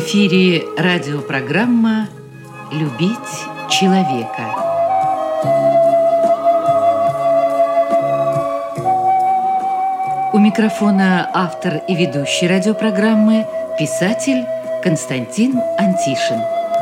эфире радиопрограмма «Любить человека». У микрофона автор и ведущий радиопрограммы писатель Константин Антишин.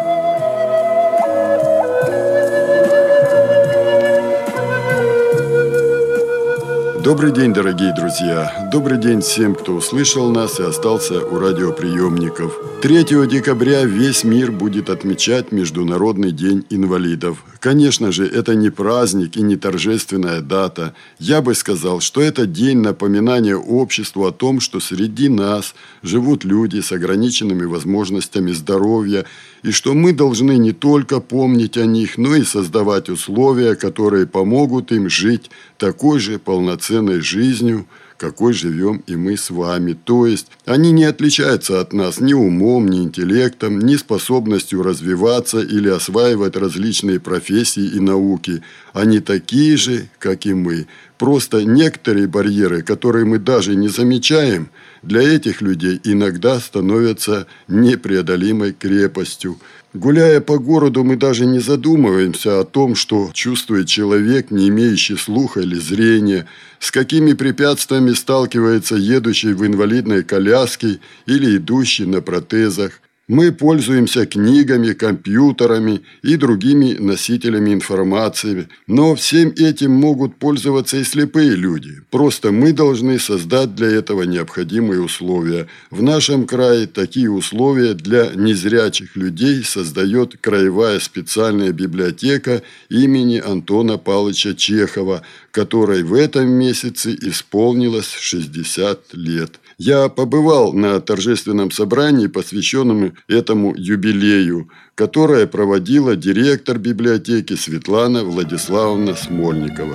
Добрый день, дорогие друзья! Добрый день всем, кто услышал нас и остался у радиоприемников. 3 декабря весь мир будет отмечать Международный день инвалидов. Конечно же, это не праздник и не торжественная дата. Я бы сказал, что это день напоминания обществу о том, что среди нас живут люди с ограниченными возможностями здоровья, и что мы должны не только помнить о них, но и создавать условия, которые помогут им жить такой же полноценной жизнью, какой живем и мы с вами. То есть они не отличаются от нас ни умом, ни интеллектом, ни способностью развиваться или осваивать различные профессии и науки. Они такие же, как и мы. Просто некоторые барьеры, которые мы даже не замечаем, для этих людей иногда становятся непреодолимой крепостью. Гуляя по городу, мы даже не задумываемся о том, что чувствует человек, не имеющий слуха или зрения, с какими препятствиями сталкивается едущий в инвалидной коляске или идущий на протезах. Мы пользуемся книгами, компьютерами и другими носителями информации, но всем этим могут пользоваться и слепые люди. Просто мы должны создать для этого необходимые условия. В нашем крае такие условия для незрячих людей создает краевая специальная библиотека имени Антона Павловича Чехова, которой в этом месяце исполнилось 60 лет. Я побывал на торжественном собрании, посвященном этому юбилею, которое проводила директор библиотеки Светлана Владиславовна Смольникова.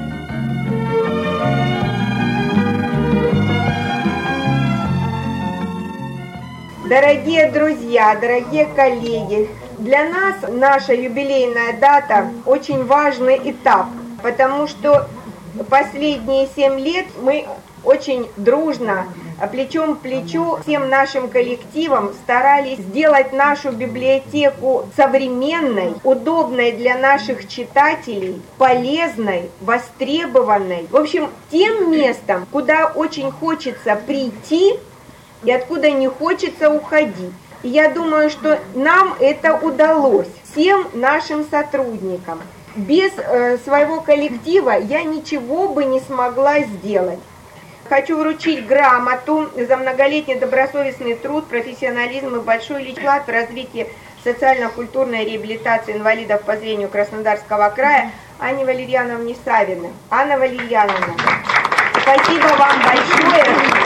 Дорогие друзья, дорогие коллеги, для нас наша юбилейная дата очень важный этап, потому что последние 7 лет мы очень дружно, плечом к плечу, всем нашим коллективом старались сделать нашу библиотеку современной, удобной для наших читателей, полезной, востребованной. В общем, тем местом, куда очень хочется прийти и откуда не хочется уходить. И я думаю, что нам это удалось, всем нашим сотрудникам. Без своего коллектива я ничего бы не смогла сделать. Хочу вручить грамоту за многолетний добросовестный труд, профессионализм и большой личный вклад в развитие социально-культурной реабилитации инвалидов по зрению Краснодарского края Анне Валерьяновне Савиной. Анна Валерьяновна, спасибо вам большое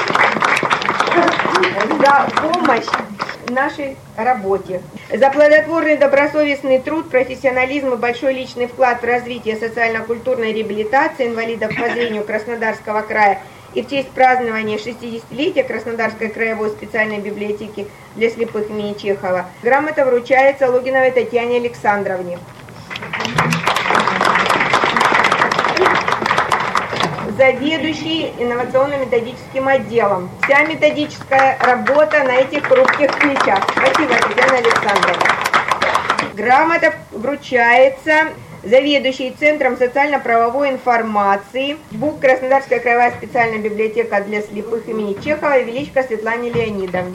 за помощь в нашей работе. За плодотворный добросовестный труд, профессионализм и большой личный вклад в развитие социально-культурной реабилитации инвалидов по зрению Краснодарского края и в честь празднования 60-летия Краснодарской краевой специальной библиотеки для слепых имени Чехова грамота вручается Логиновой Татьяне Александровне. Заведующий инновационно-методическим отделом. Вся методическая работа на этих хрупких плечах. Спасибо, Татьяна Александровна. Грамота вручается заведующий Центром социально-правовой информации БУК Краснодарская краевая специальная библиотека для слепых имени Чехова Величко Светлане Леонидовне.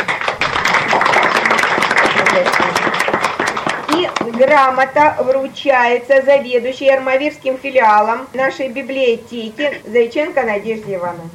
И грамота вручается заведующей Армавирским филиалом нашей библиотеки Зайченко Надежде Ивановне.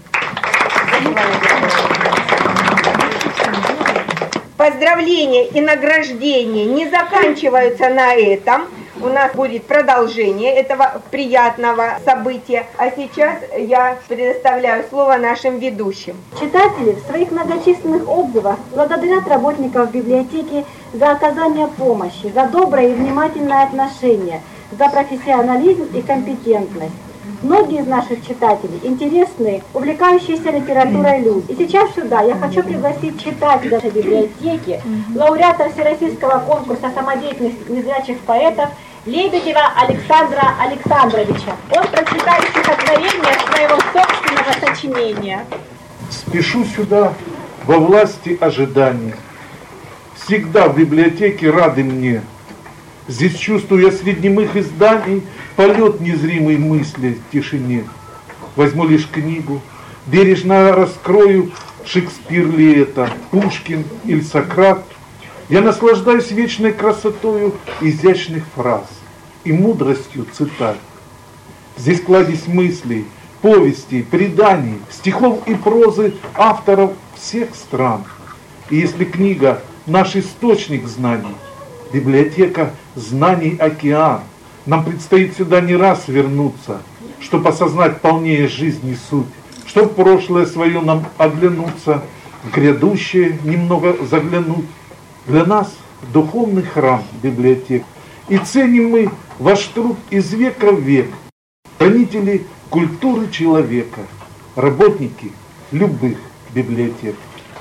Поздравления и награждения не заканчиваются на этом. У нас будет продолжение этого приятного события. А сейчас я предоставляю слово нашим ведущим. Читатели в своих многочисленных отзывах благодарят работников библиотеки за оказание помощи, за доброе и внимательное отношение, за профессионализм и компетентность. Многие из наших читателей интересные, увлекающиеся литературой люди. И сейчас сюда я хочу пригласить читателя нашей библиотеки, лауреата Всероссийского конкурса самодеятельности незрячих поэтов Лебедева Александра Александровича. Он прочитает стихотворение своего собственного сочинения. Спешу сюда во власти ожидания. всегда в библиотеке рады мне. Здесь чувствую я среди немых изданий полет незримой мысли в тишине. Возьму лишь книгу, бережно раскрою, Шекспир ли это, Пушкин или Сократ. Я наслаждаюсь вечной красотою изящных фраз и мудростью цитат. Здесь кладезь мыслей, повестей, преданий, стихов и прозы авторов всех стран. И если книга – наш источник знаний, библиотека – знаний океан, нам предстоит сюда не раз вернуться, чтобы осознать полнее жизни суть, чтобы в прошлое свое нам оглянуться, в грядущее немного заглянуть. Для нас духовный храм библиотек, и ценим мы ваш труд из века в век, хранители культуры человека, работники любых библиотек.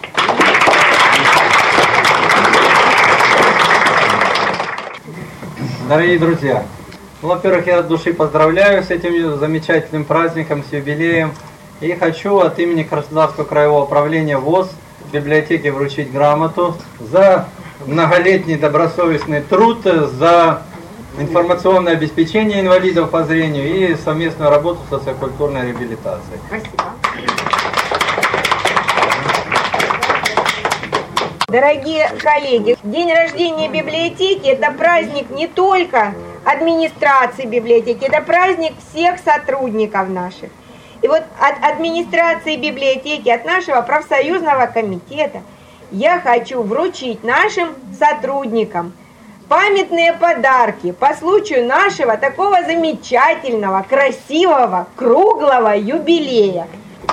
Дорогие друзья, во-первых, я от души поздравляю с этим замечательным праздником, с юбилеем. И хочу от имени Краснодарского краевого управления ВОС библиотеке вручить грамоту за многолетний добросовестный труд, за информационное обеспечение инвалидов по зрению и совместную работу с социокультурной реабилитацией. Спасибо. Дорогие коллеги, день рождения библиотеки – это праздник не только администрации библиотеки, это праздник всех сотрудников наших. И вот от администрации библиотеки, от нашего профсоюзного комитета я хочу вручить нашим сотрудникам памятные подарки по случаю нашего такого замечательного, красивого, круглого юбилея.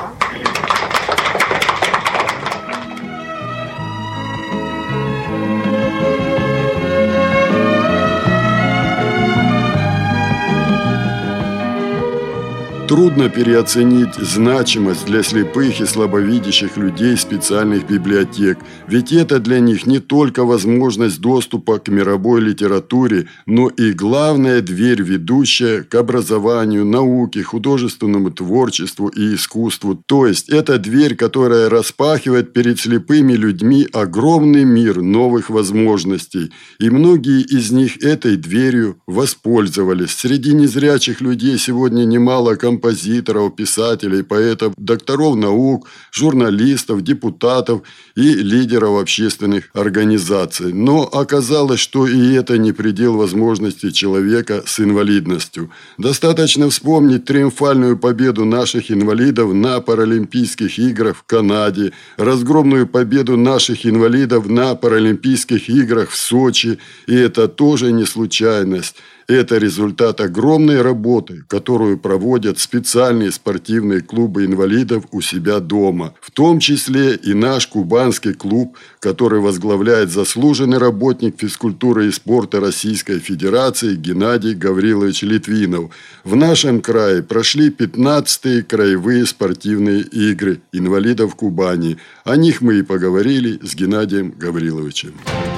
Трудно переоценить значимость для слепых и слабовидящих людей специальных библиотек, ведь это для них не только возможность доступа к мировой литературе, но и главная дверь, ведущая к образованию, науке, художественному творчеству и искусству. То есть это дверь, которая распахивает перед слепыми людьми огромный мир новых возможностей. И многие из них этой дверью воспользовались. Среди незрячих людей сегодня немало композиторов, писателей, поэтов, докторов наук, журналистов, депутатов и лидеров общественных организаций. Но оказалось, что и это не предел возможностей человека с инвалидностью. Достаточно вспомнить триумфальную победу наших инвалидов на Паралимпийских играх в Канаде, разгромную победу наших инвалидов на Паралимпийских играх в Сочи. И это тоже не случайность. Это результат огромной работы, которую проводят специальные спортивные клубы инвалидов у себя дома. В том числе и наш кубанский клуб, который возглавляет заслуженный работник физкультуры и спорта Российской Федерации Геннадий Гаврилович Литвинов. В нашем крае прошли 15-е краевые спортивные игры инвалидов Кубани. О них мы и поговорили с Геннадием Гавриловичем.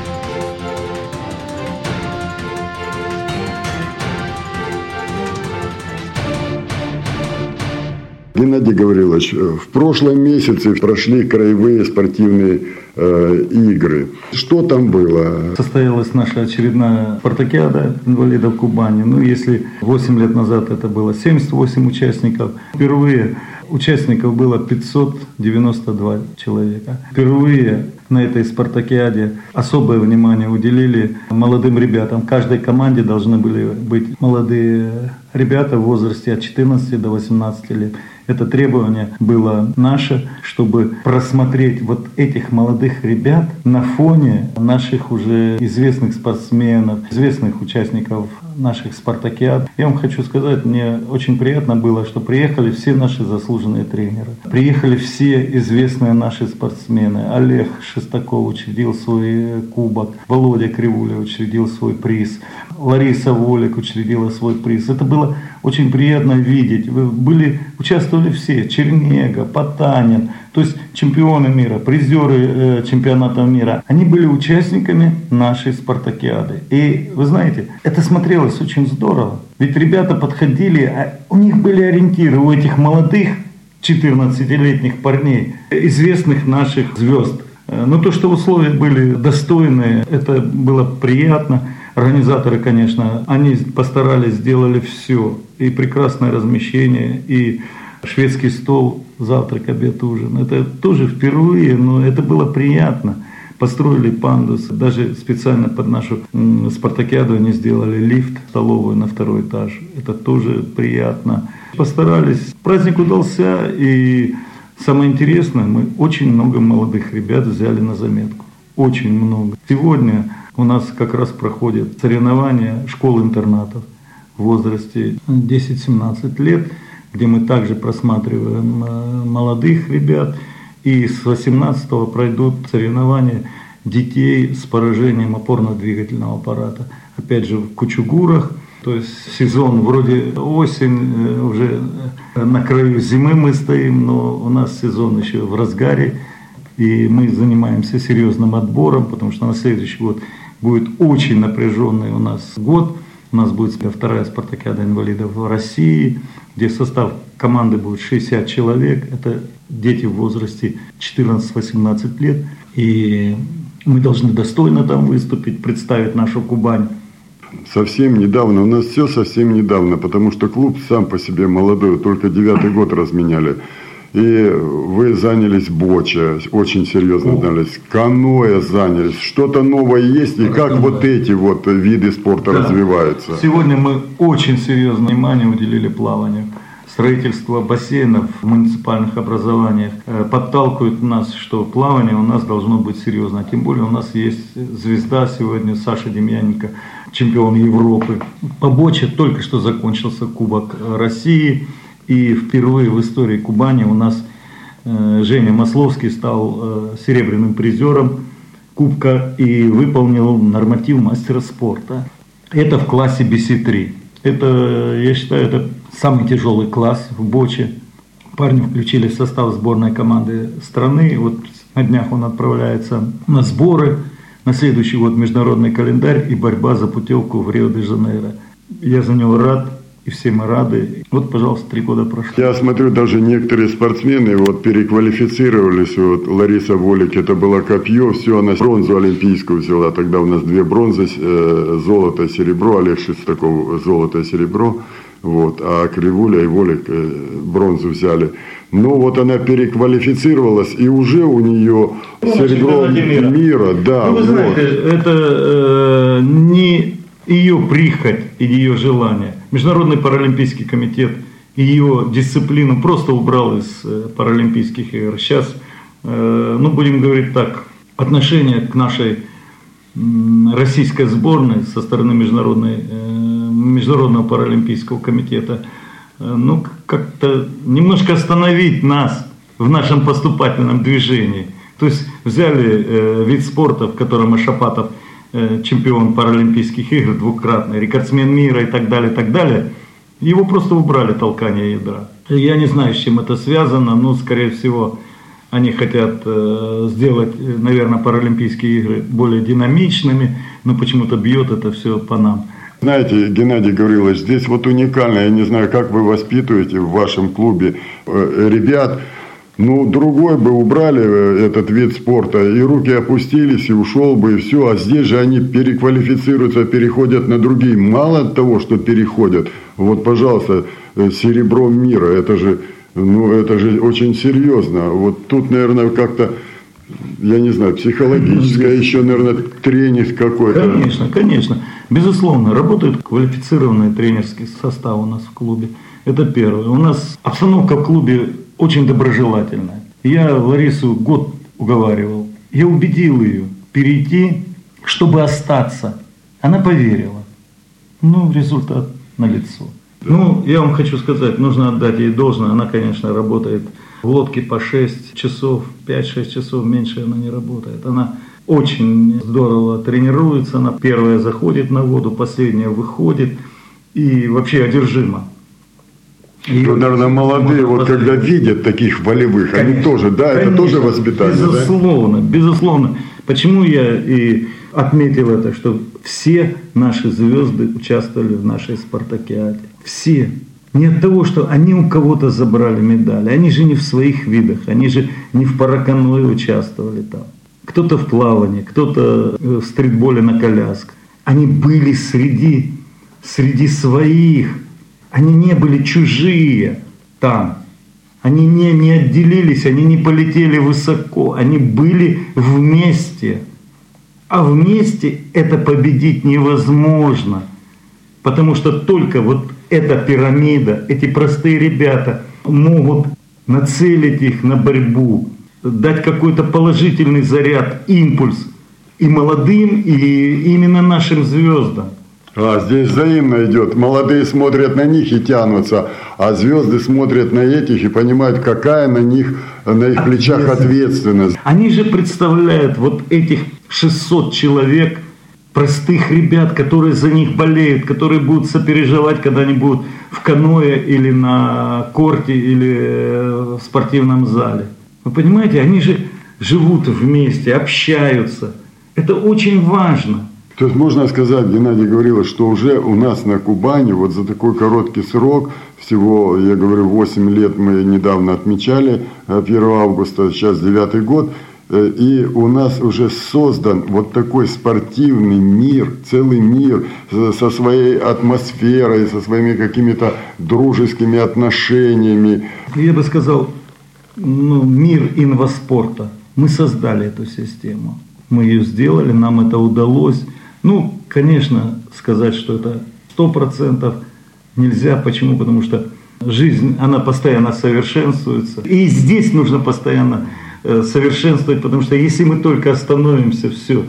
Геннадий Гаврилович, в прошлом месяце прошли краевые спортивные игры. Что там было? Состоялась наша очередная спартакиада инвалидов Кубани. Ну, если 8 лет назад это было 78 участников, впервые участников было 592 человека. Впервые на этой спартакиаде особое внимание уделили молодым ребятам. В каждой команде должны были быть молодые ребята в возрасте от 14 до 18 лет. Это требование было наше, чтобы просмотреть вот этих молодых ребят на фоне наших уже известных спортсменов, известных участников наших спартакиад. Я вам хочу сказать, мне очень приятно было, что приехали все наши заслуженные тренеры. Приехали все известные наши спортсмены. Олег Шестаков учредил свой кубок, Володя Кривуля учредил свой приз, Лариса Волик учредила свой приз. Это было очень приятно видеть. Участвовали все: Чернега, Потанин, то есть чемпионы мира, призеры чемпионата мира. Они были участниками нашей спартакиады. И вы знаете, это смотрелось очень здорово. Ведь ребята подходили, у них были ориентиры, у этих молодых 14-летних парней, известных наших звезд. Но то, что условия были достойные, это было приятно. Организаторы, конечно, они постарались, сделали все. И прекрасное размещение, и шведский стол, завтрак, обед, ужин. Это тоже впервые, но это было приятно. Построили пандус, даже специально под нашу спартакиаду они сделали лифт, столовую на 2-й этаж. Это тоже приятно. Постарались. Праздник удался, и самое интересное, мы очень много молодых ребят взяли на заметку. Очень много. Сегодня у нас как раз проходят соревнования школ-интернатов в возрасте 10-17 лет, где мы также просматриваем молодых ребят. И с 18-го пройдут соревнования детей с поражением опорно-двигательного аппарата. Опять же, в Кучугурах. То есть сезон вроде осень, уже на краю зимы мы стоим, но у нас сезон еще в разгаре. И мы занимаемся серьезным отбором, потому что на следующий год будет очень напряженный у нас год. У нас будет 2-я спартакиада инвалидов в России, где состав команды будет 60 человек. Это дети в возрасте 14-18 лет. И мы должны достойно там выступить, представить нашу Кубань. Совсем недавно, у нас все совсем недавно, потому что клуб сам по себе молодой, только 9-й год разменяли. И вы занялись боча, очень серьезно занялись, каноэ занялись. Что-то новое есть, и как вот эти вот виды спорта развиваются? Сегодня мы очень серьезное внимание уделили плаванию. Строительство бассейнов в муниципальных образованиях подталкивает нас, что плавание у нас должно быть серьезно. Тем более у нас есть звезда сегодня, Саша Демьяненко, чемпион Европы. По боче только что закончился Кубок России. И впервые в истории Кубани у нас Женя Масловский стал серебряным призером Кубка и выполнил норматив мастера спорта. Это в классе BC3. Это, я считаю, это самый тяжелый класс в боче. Парни включили в состав сборной команды страны. Вот на днях он отправляется на сборы. На следующий год международный календарь и борьба за путевку в Рио-де-Жанейро. Я за него рад. И все мы рады. Вот, пожалуйста, 3 года прошло. Я смотрю, даже некоторые спортсмены вот переквалифицировались. Вот Лариса Волик, это было копье, все, она бронзу олимпийскую взяла. Тогда у нас 2 бронзы, золото, серебро. Олег Шестаков золото и серебро. Вот. А Кривуля и Волик бронзу взяли. Но вот она переквалифицировалась, и уже у нее серебро мира. Да, ну, вы знаете, это не ее прихоть и ее желание. Международный паралимпийский комитет ее дисциплину просто убрал из паралимпийских игр. Сейчас, ну будем говорить так, отношение к нашей российской сборной со стороны Международного паралимпийского комитета, ну как-то немножко остановить нас в нашем поступательном движении. То есть взяли вид спорта, в котором Ашапатов чемпион паралимпийских игр, 2-кратный, рекордсмен мира и так далее, его просто убрали толкание ядра. Я не знаю, с чем это связано, но, скорее всего, они хотят сделать, наверное, паралимпийские игры более динамичными, но почему-то бьет это все по нам. Знаете, Геннадий Гаврилович, здесь вот уникально, я не знаю, как вы воспитываете в вашем клубе ребят. Ну, другой бы убрали этот вид спорта, и руки опустились, и ушел бы, и все. А здесь же они переквалифицируются, переходят на другие. Мало того, что переходят, вот, пожалуйста, серебро мира, это же очень серьезно. Вот тут, наверное, как-то, я не знаю, психологическое, еще, наверное, тренинг какой-то. Конечно. Безусловно, работает квалифицированный тренерский состав у нас в клубе. Это первое. У нас обстановка в клубе очень доброжелательная. Я Ларису год уговаривал. Я убедил ее перейти, чтобы остаться. Она поверила. Ну, результат налицо. Ну, я вам хочу сказать, нужно отдать ей должное. Она, конечно, работает в лодке по 6 часов, 5-6 часов, меньше она не работает. Она очень здорово тренируется. Она первая заходит на воду, последняя выходит. И вообще одержима. Ну, наверное, молодые, вот когда видят таких волевых, конечно, они тоже, да, конечно, это тоже воспитание, безусловно. Почему я и отметил это, что все наши звезды участвовали в нашей спартакиаде. Все. Не от того, что они у кого-то забрали медали. Они же не в своих видах, они же не в параканое участвовали там. кто-то в плавании, кто-то в стритболе на колясках. Они были среди своих, они не были чужие там. Они не отделились, они не полетели высоко, они были вместе. А вместе это победить невозможно. Потому что только вот эта пирамида, эти простые ребята могут нацелить их на борьбу, дать какой-то положительный заряд, импульс и молодым, и именно нашим звездам. Здесь взаимно идет. Молодые смотрят на них и тянутся, а звезды смотрят на этих и понимают, какая на их плечах ответственность. Они же представляют вот этих 600 человек, простых ребят, которые за них болеют, которые будут сопереживать, когда они будут в каноэ или на корте, или в спортивном зале. Вы понимаете, они же живут вместе, общаются. Это очень важно. То есть можно сказать, Геннадий говорил, что уже у нас на Кубани вот за такой короткий срок, всего, я говорю, 8 лет мы недавно отмечали, 1 августа, сейчас 9-й год, и у нас уже создан вот такой спортивный мир, целый мир со своей атмосферой, со своими какими-то дружескими отношениями. Я бы сказал, мир инваспорта. Мы создали эту систему. Мы ее сделали, нам это удалось. Конечно, сказать, что это 100% нельзя. Почему? Потому что жизнь, она постоянно совершенствуется. И здесь нужно постоянно совершенствовать, потому что если мы только остановимся, все.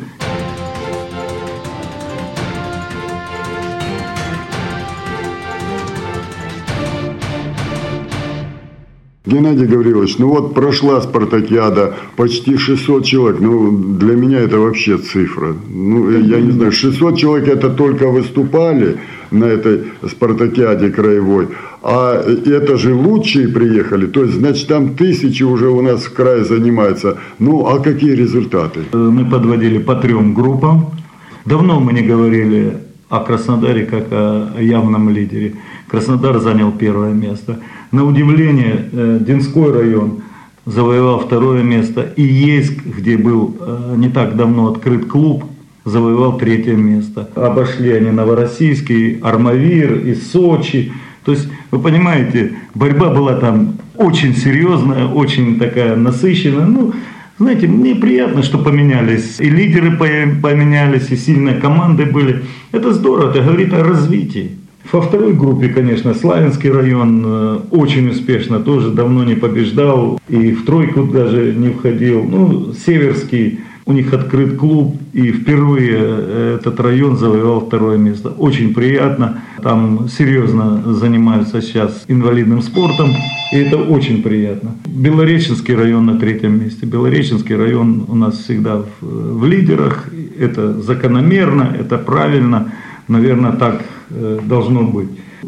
Геннадий Гаврилович, прошла спартакиада, почти 600 человек, для меня это вообще цифра. Я не знаю, 600 человек это только выступали на этой спартакиаде краевой, а это же лучшие приехали, то есть, значит, там тысячи уже у нас в крае занимаются. А какие результаты? Мы подводили по 3 группам. Давно мы не говорили о Краснодаре как о явном лидере. Краснодар занял 1 место. На удивление, Динской район завоевал 2 место. И Ейск, где был не так давно открыт клуб, завоевал 3 место. Обошли они Новороссийский, Армавир и Сочи. То есть, вы понимаете, борьба была там очень серьезная, очень такая насыщенная. Знаете, мне приятно, что поменялись, и лидеры поменялись, и сильные команды были. Это здорово, это говорит о развитии. Во 2 группе, конечно, Славянский район очень успешно, тоже давно не побеждал, и в 3 даже не входил. Северский, у них открыт клуб, и впервые этот район завоевал 2 место. Очень приятно, там серьезно занимаются сейчас инвалидным спортом, и это очень приятно. Белореченский район на 3 месте. Белореченский район у нас всегда в лидерах, это закономерно, это правильно, наверное, так должно быть.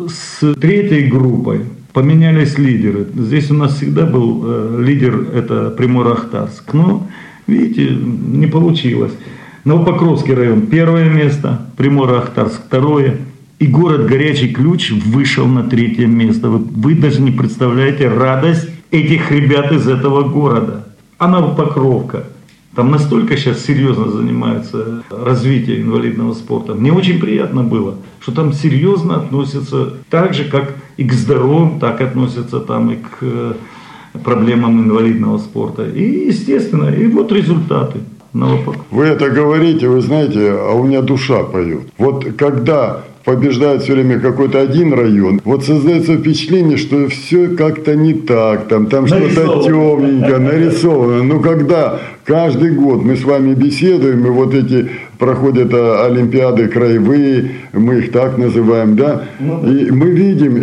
С 3 группой поменялись лидеры. Здесь у нас всегда был лидер, это Приморье-Ахтарск. Но, видите, не получилось. Новопокровский район 1 место, Приморье-Ахтарск 2, и город Горячий Ключ вышел на 3 место. Вы даже не представляете радость этих ребят из этого города. А Новопокровка. Там настолько сейчас серьезно занимаются развитием инвалидного спорта. Мне очень приятно было, что там серьезно относятся так же, как и к здоровым, так относятся там и к проблемам инвалидного спорта. И, естественно, и вот результаты. Вы это говорите, вы знаете, а у меня душа поет. Вот когда побеждает все время какой-то один район, вот создается впечатление, что все как-то не так, там что-то темненько, нарисовано. Но когда каждый год мы с вами беседуем, и вот эти проходят олимпиады краевые, мы их так называем, да, и мы видим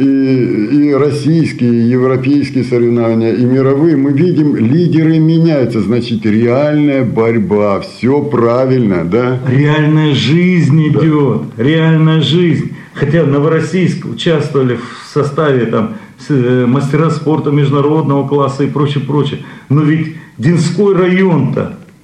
и российские, и европейские соревнования, и мировые, мы видим, лидеры меняются, значит, реальная борьба, все правильно, да? Реальная жизнь идет, реальная жизнь. Хотя Новороссийск участвовали в составе там мастера спорта международного класса и прочее. Но ведь Динской район,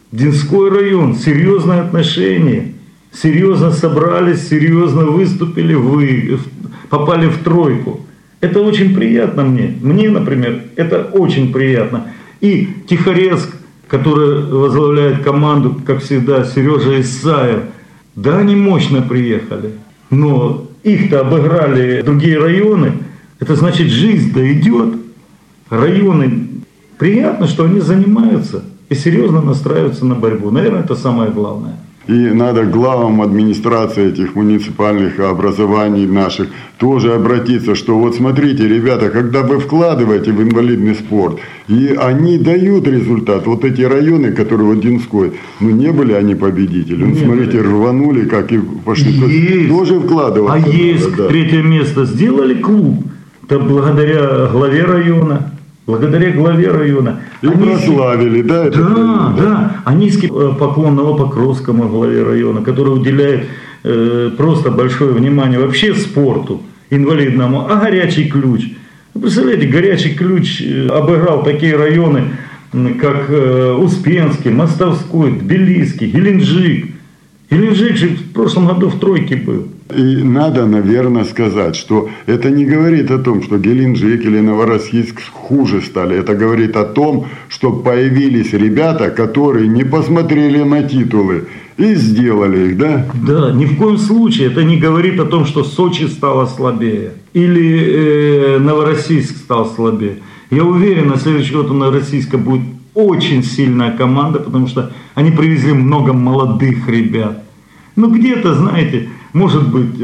серьезное отношение. Серьезно собрались, серьезно выступили, попали в 3. Это очень приятно мне. Мне, например, это очень приятно. И Тихорецк который возглавляет команду, как всегда, Сережа Исаев. Да, они мощно приехали, но их-то обыграли другие районы. Это значит, жизнь-то идет. Районы, приятно, что они занимаются и серьезно настраиваются на борьбу. Наверное, это самое главное. И надо главам администрации этих муниципальных образований наших тоже обратиться, что вот смотрите, ребята, когда вы вкладываете в инвалидный спорт, и они дают результат, вот эти районы, которые вот Динской, ну не были они победители, ну смотрите, рванули, как и пошли, есть. Тоже вкладываться. А есть, да. Третье место сделали клуб, это благодаря главе района. Благодаря главе района. И прославили, да? Это да. А низкий поклон Новопокровскому главе района, который уделяет просто большое внимание вообще спорту инвалидному. А горячий ключ. Вы представляете, горячий ключ обыграл такие районы, как Успенский, Мостовской, Тбилисский, Геленджик. Геленджик же в прошлом году в тройке был. И надо, наверное, сказать, что это не говорит о том, что Геленджик или Новороссийск хуже стали. Это говорит о том, что появились ребята, которые не посмотрели на титулы и сделали их, да? Да, ни в коем случае это не говорит о том, что Сочи стало слабее или Новороссийск стал слабее. Я уверен, на следующий год у Новороссийска будет очень сильная команда, потому что они привезли много молодых ребят. Ну где-то, знаете, может быть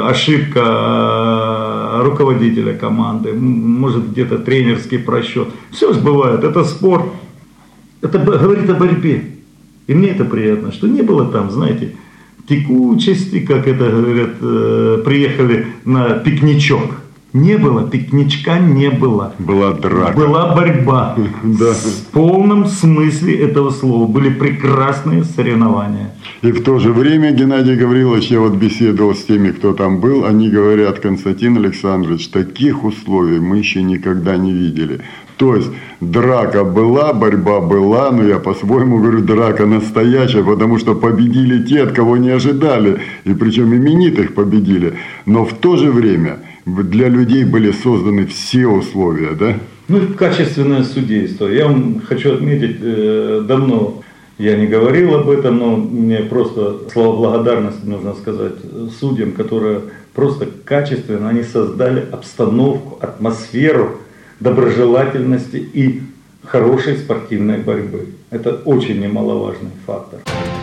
ошибка руководителя команды, может где-то тренерский просчет. Все же бывает, это спорт, это говорит о борьбе. И мне это приятно, что не было там, знаете, текучести, как это говорят, приехали на пикничок. Не было, пикничка не было. Была драка. Была борьба. Да. В полном смысле этого слова. Были прекрасные соревнования. И в то же время, Геннадий Гаврилович, я вот беседовал с теми, кто там был, они говорят, Константин Александрович, таких условий мы еще никогда не видели. То есть драка была, борьба была, но я по-своему говорю, драка настоящая, потому что победили те, от кого не ожидали, и причем именитых победили. Но в то же время для людей были созданы все условия, да? Ну, качественное судейство. Я вам хочу отметить, давно я не говорил об этом, но мне просто слова благодарности нужно сказать судьям, которые просто качественно, они создали обстановку, атмосферу доброжелательности и хорошей спортивной борьбы. Это очень немаловажный фактор.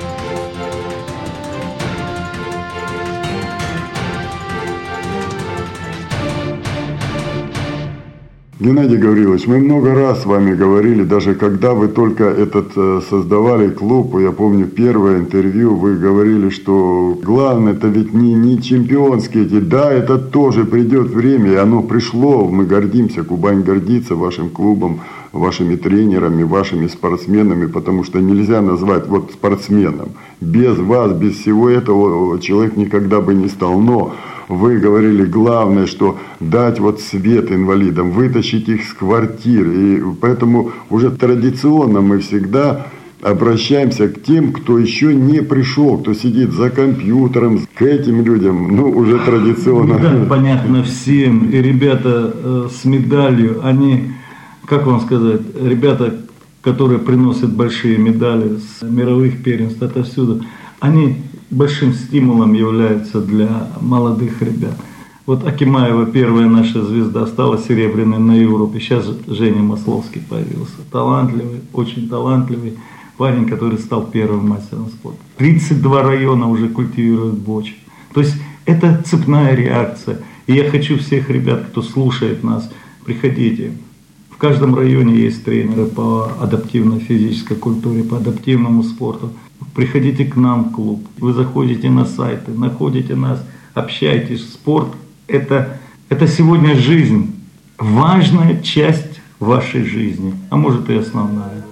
Геннадий Гаврилович, мы много раз с вами говорили, даже когда вы только создавали клуб, я помню первое интервью, вы говорили, что главное это ведь не чемпионские эти, да, это тоже придет время, и оно пришло, мы гордимся, Кубань гордится вашим клубом, вашими тренерами, вашими спортсменами, потому что нельзя назвать вот спортсменом. Без вас, без всего этого человек никогда бы не стал, но вы говорили, главное, что дать вот свет инвалидам, вытащить их с квартир. И поэтому уже традиционно мы всегда обращаемся к тем, кто еще не пришел, кто сидит за компьютером, к этим людям, ну, уже традиционно. Да, понятно всем. И ребята с медалью, они, как вам сказать, ребята, которые приносят большие медали с мировых первенств, отовсюду, они большим стимулом являются для молодых ребят. Вот Акимаева, первая наша звезда, стала серебряной на Европе. Сейчас Женя Масловский появился. Талантливый, очень талантливый парень, который стал первым мастером спорта. 32 района уже культивируют бочи. То есть это цепная реакция. И я хочу всех ребят, кто слушает нас, приходите. В каждом районе есть тренеры по адаптивной физической культуре, по адаптивному спорту. Приходите к нам в клуб, вы заходите на сайты, находите нас, общайтесь. Спорт – это сегодня жизнь, важная часть вашей жизни, а может и основная.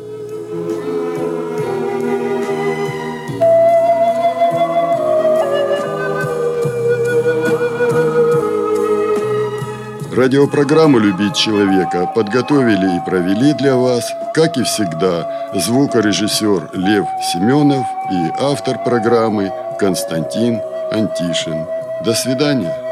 Радиопрограмму «Любить человека» подготовили и провели для вас, как и всегда, звукорежиссер Лев Семенов и автор программы Константин Антишин. До свидания.